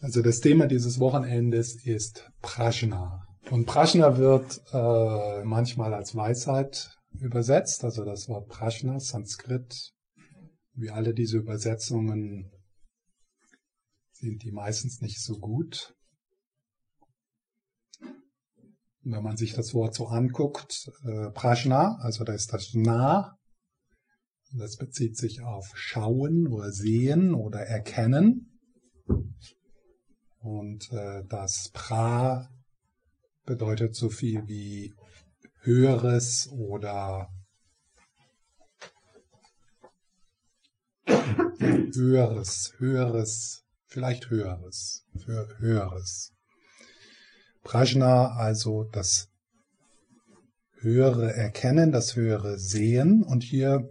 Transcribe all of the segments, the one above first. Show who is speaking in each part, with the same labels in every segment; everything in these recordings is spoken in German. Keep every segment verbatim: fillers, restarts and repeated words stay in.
Speaker 1: Also das Thema dieses Wochenendes ist Prajna. Und Prajna wird äh, manchmal als Weisheit übersetzt, also das Wort Prajna, Sanskrit. Wie alle diese Übersetzungen sind die meistens nicht so gut. Und wenn man sich das Wort so anguckt, äh, Prajna, also da ist das Na, das bezieht sich auf Schauen oder Sehen oder Erkennen. Und äh, das Pra bedeutet so viel wie Höheres oder Höheres, Höheres, vielleicht Höheres, für Höheres. Prajna, also das höhere Erkennen, das höhere Sehen. Und hier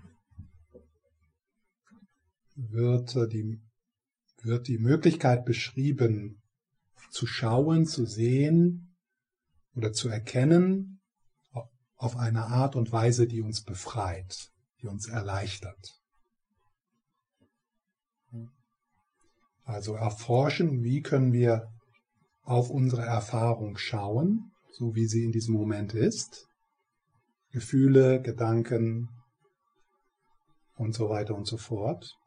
Speaker 1: wird die, wird die Möglichkeit beschrieben, zu schauen, zu sehen oder zu erkennen auf eine Art und Weise, die uns befreit, die uns erleichtert. Also erforschen, wie können wir auf unsere Erfahrung schauen, so wie sie in diesem Moment ist. Gefühle, Gedanken und so weiter und so fort.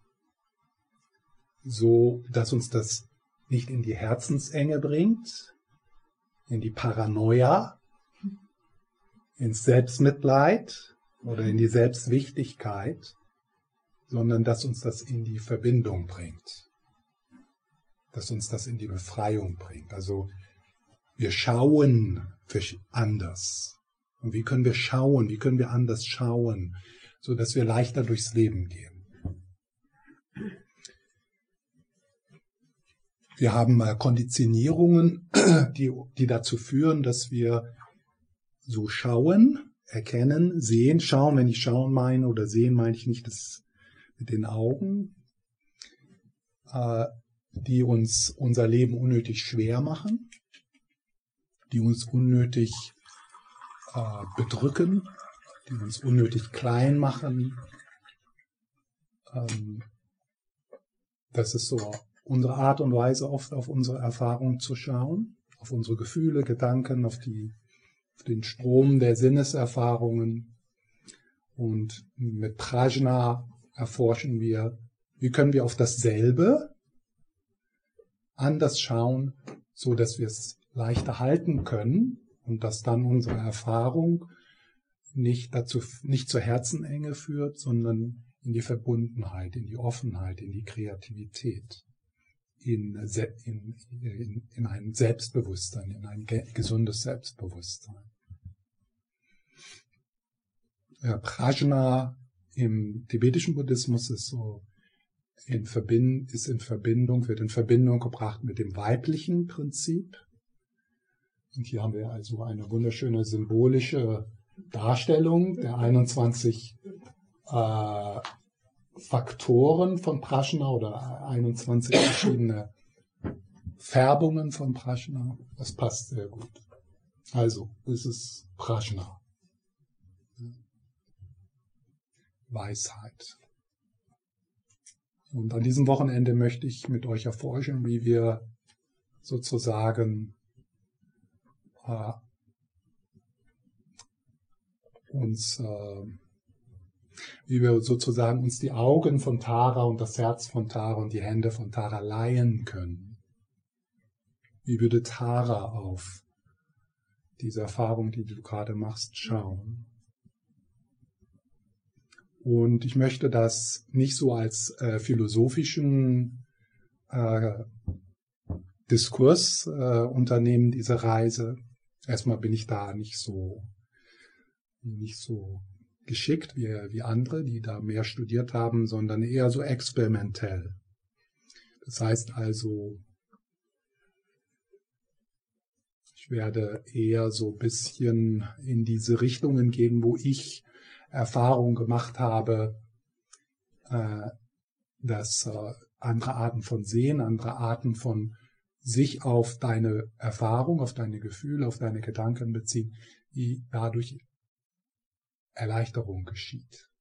Speaker 1: So, dass uns das nicht in die Herzensenge bringt, in die Paranoia, ins Selbstmitleid oder in die Selbstwichtigkeit, sondern dass uns das in die Verbindung bringt. Dass uns das in die Befreiung bringt. Also wir schauen anders. Und wie können wir schauen? Wie können wir anders schauen, so dass wir leichter durchs Leben gehen? Wir haben äh, Konditionierungen, die, die dazu führen, dass wir so schauen, erkennen, sehen, schauen. Wenn ich schauen meine oder sehen, meine ich nicht das mit den Augen, äh, die uns unser Leben unnötig schwer machen, die uns unnötig äh, bedrücken, die uns unnötig klein machen. Ähm, das ist so unsere Art und Weise, oft auf unsere Erfahrung zu schauen, auf unsere Gefühle, Gedanken, auf, die, auf den Strom der Sinneserfahrungen. Und mit Prajna erforschen wir, wie können wir auf dasselbe anders schauen, so dass wir es leichter halten können und dass dann unsere Erfahrung nicht dazu, nicht zur Herzenenge führt, sondern in die Verbundenheit, in die Offenheit, in die Kreativität, in, in, in, in ein Selbstbewusstsein, in ein gesundes Selbstbewusstsein. Ja, Prajna im tibetischen Buddhismus ist so In Verbind, ist in Verbindung, wird in Verbindung gebracht mit dem weiblichen Prinzip. Und hier haben wir also eine wunderschöne symbolische Darstellung der einundzwanzig äh, Faktoren von Prajna oder einundzwanzig verschiedene Färbungen von Prajna. Das passt sehr gut. Also, es ist Prajna. Weisheit. Und an diesem Wochenende möchte ich mit euch erforschen, wie wir sozusagen äh, uns, äh, wie wir sozusagen uns die Augen von Tara und das Herz von Tara und die Hände von Tara leihen können. Wie würde Tara auf diese Erfahrung, die du gerade machst, schauen? Und ich möchte das nicht so als äh, philosophischen äh, Diskurs äh, unternehmen, diese Reise. Erstmal bin ich da nicht so, nicht so geschickt wie, wie andere, die da mehr studiert haben, sondern eher so experimentell. Das heißt also, ich werde eher so ein bisschen in diese Richtungen gehen, wo ich Erfahrung gemacht habe, äh, dass äh, andere Arten von Sehen, andere Arten von sich auf deine Erfahrung, auf deine Gefühle, auf deine Gedanken beziehen, wie dadurch Erleichterung geschieht.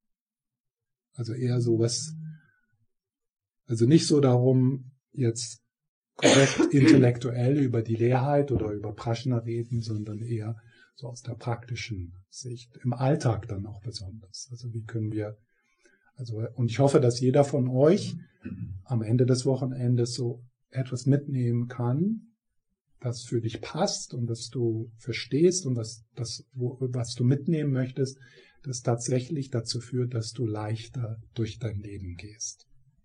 Speaker 1: Also eher sowas, also nicht so darum, jetzt korrekt intellektuell über die Leerheit oder über Prajna reden, sondern eher so aus der praktischen Sicht, im Alltag dann auch besonders. Also wie können wir, also und ich hoffe, dass jeder von euch am Ende des Wochenendes so etwas mitnehmen kann, das für dich passt und das du verstehst und was, das, wo, was du mitnehmen möchtest, das tatsächlich dazu führt, dass du leichter durch dein Leben gehst.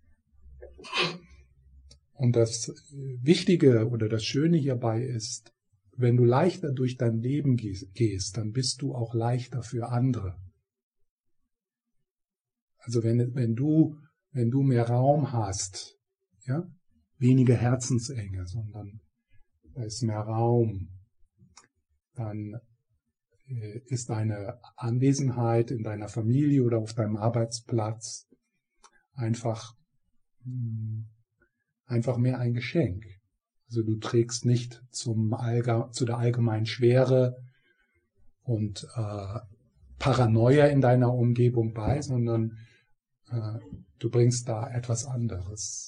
Speaker 1: Und das Wichtige oder das Schöne hierbei ist, wenn du leichter durch dein Leben gehst, dann bist du auch leichter für andere. Also wenn, wenn du, wenn du mehr Raum hast, ja, weniger Herzensenge, sondern da ist mehr Raum, dann äh, ist deine Anwesenheit in deiner Familie oder auf deinem Arbeitsplatz einfach, mh, einfach mehr ein Geschenk. Also du trägst nicht zum Allge- zu der allgemeinen Schwere und äh, Paranoia in deiner Umgebung bei, sondern äh, du bringst da etwas anderes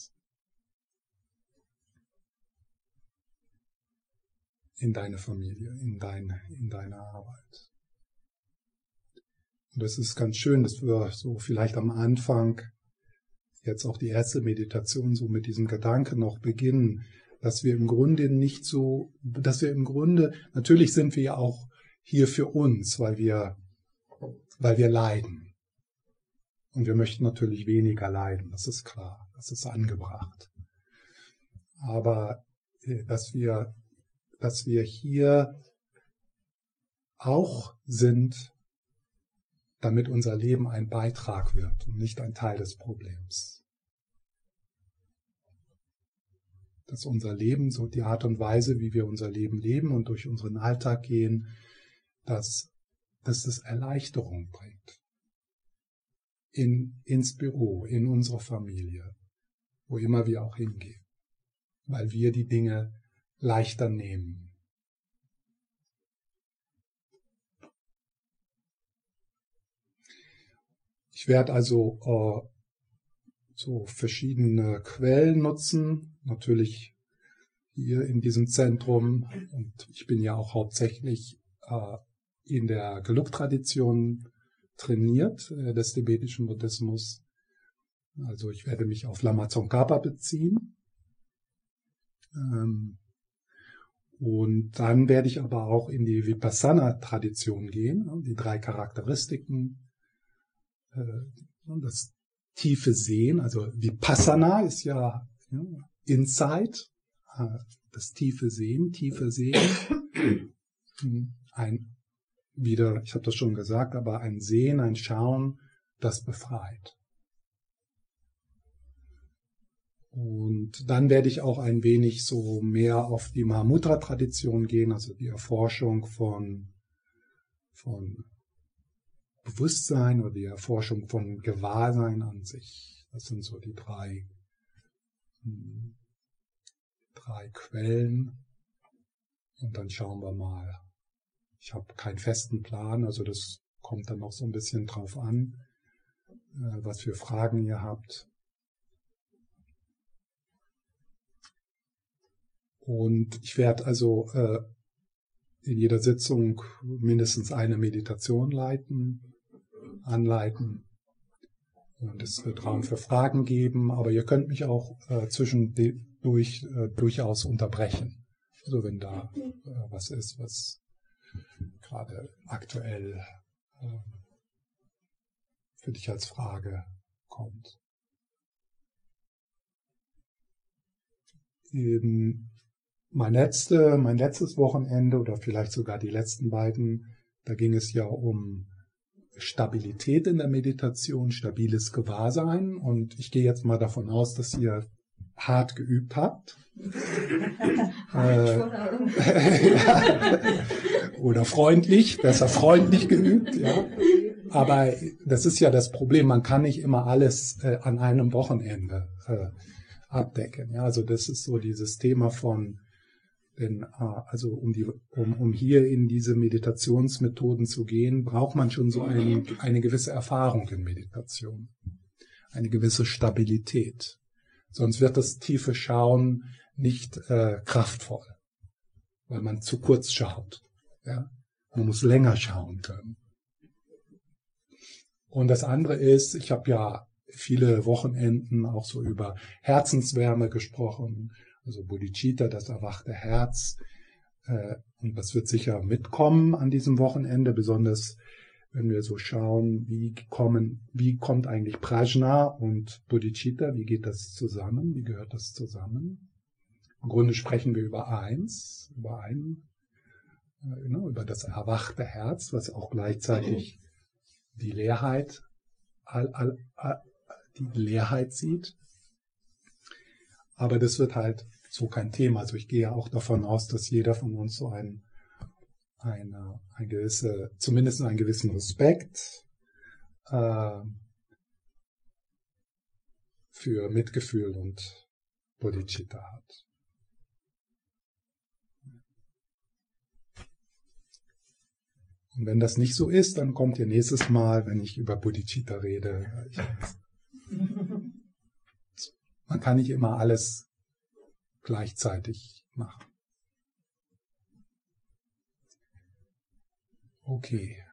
Speaker 1: in deine Familie, in, dein, in deine Arbeit. Und das ist ganz schön, dass wir so vielleicht am Anfang jetzt auch die erste Meditation so mit diesem Gedanken noch beginnen, dass wir im Grunde nicht so, dass wir im Grunde, natürlich sind wir ja auch hier für uns, weil wir, weil wir leiden. Und wir möchten natürlich weniger leiden, das ist klar, das ist angebracht. Aber dass wir dass wir hier auch sind, damit unser Leben ein Beitrag wird und nicht ein Teil des Problems. Dass unser Leben, so die Art und Weise, wie wir unser Leben leben und durch unseren Alltag gehen, dass, dass das Erleichterung bringt. In, ins Büro, in unsere Familie, wo immer wir auch hingehen. Weil wir die Dinge leichter nehmen. Ich werde also äh, so verschiedene Quellen nutzen, natürlich hier in diesem Zentrum, und ich bin ja auch hauptsächlich äh, in der Geluk-Tradition trainiert, äh, des tibetischen Buddhismus. Also ich werde mich auf Lama Tsongkhapa beziehen. Ähm, Und dann werde ich aber auch in die Vipassana-Tradition gehen, die drei Charakteristiken, das tiefe Sehen, also Vipassana ist ja Insight, das tiefe Sehen, tiefe Sehen, ein, wieder, ich habe das schon gesagt, aber ein Sehen, ein Schauen, das befreit. Und dann werde ich auch ein wenig so mehr auf die Mahamudra-Tradition gehen, also die Erforschung von, von Bewusstsein oder die Erforschung von Gewahrsein an sich. Das sind so die drei, drei Quellen. Und dann schauen wir mal. Ich habe keinen festen Plan, also das kommt dann noch so ein bisschen drauf an, was für Fragen ihr habt. Und ich werde also äh, in jeder Sitzung mindestens eine Meditation leiten, anleiten. Und es wird Raum für Fragen geben, aber ihr könnt mich auch äh, zwischendurch äh, durchaus unterbrechen. Also wenn da äh, was ist, was gerade aktuell äh, für dich als Frage kommt. Eben Mein, letzte, mein letztes Wochenende oder vielleicht sogar die letzten beiden, da ging es ja um Stabilität in der Meditation, stabiles Gewahrsein. Und ich gehe jetzt mal davon aus, dass ihr hart geübt habt. äh, ja. Oder freundlich, besser freundlich geübt. Ja. Aber das ist ja das Problem, man kann nicht immer alles äh, an einem Wochenende äh, abdecken. Ja. Also das ist so dieses Thema von Denn also um, die, um, um hier in diese Meditationsmethoden zu gehen, braucht man schon so ein, eine gewisse Erfahrung in Meditation, eine gewisse Stabilität. Sonst wird das tiefe Schauen nicht äh, kraftvoll, weil man zu kurz schaut. Ja? Man muss länger schauen können. Und das andere ist, ich habe ja viele Wochenenden auch so über Herzenswärme gesprochen, also Bodhicitta, das erwachte Herz. Äh, und das wird sicher mitkommen an diesem Wochenende, besonders wenn wir so schauen, wie kommen, wie kommt eigentlich Prajna und Bodhicitta, wie geht das zusammen, wie gehört das zusammen? Im Grunde sprechen wir über eins, über ein, äh, über das erwachte Herz, was auch gleichzeitig die Leerheit, all, all, all, die Leerheit sieht. Aber das wird halt so kein Thema. Also ich gehe auch davon aus, dass jeder von uns so ein, eine, ein gewisse, zumindest einen gewissen Respekt äh, für Mitgefühl und Bodhicitta hat. Und wenn das nicht so ist, dann kommt ihr nächstes Mal, wenn ich über Bodhicitta rede. Ich, man kann nicht immer alles gleichzeitig machen. Okay.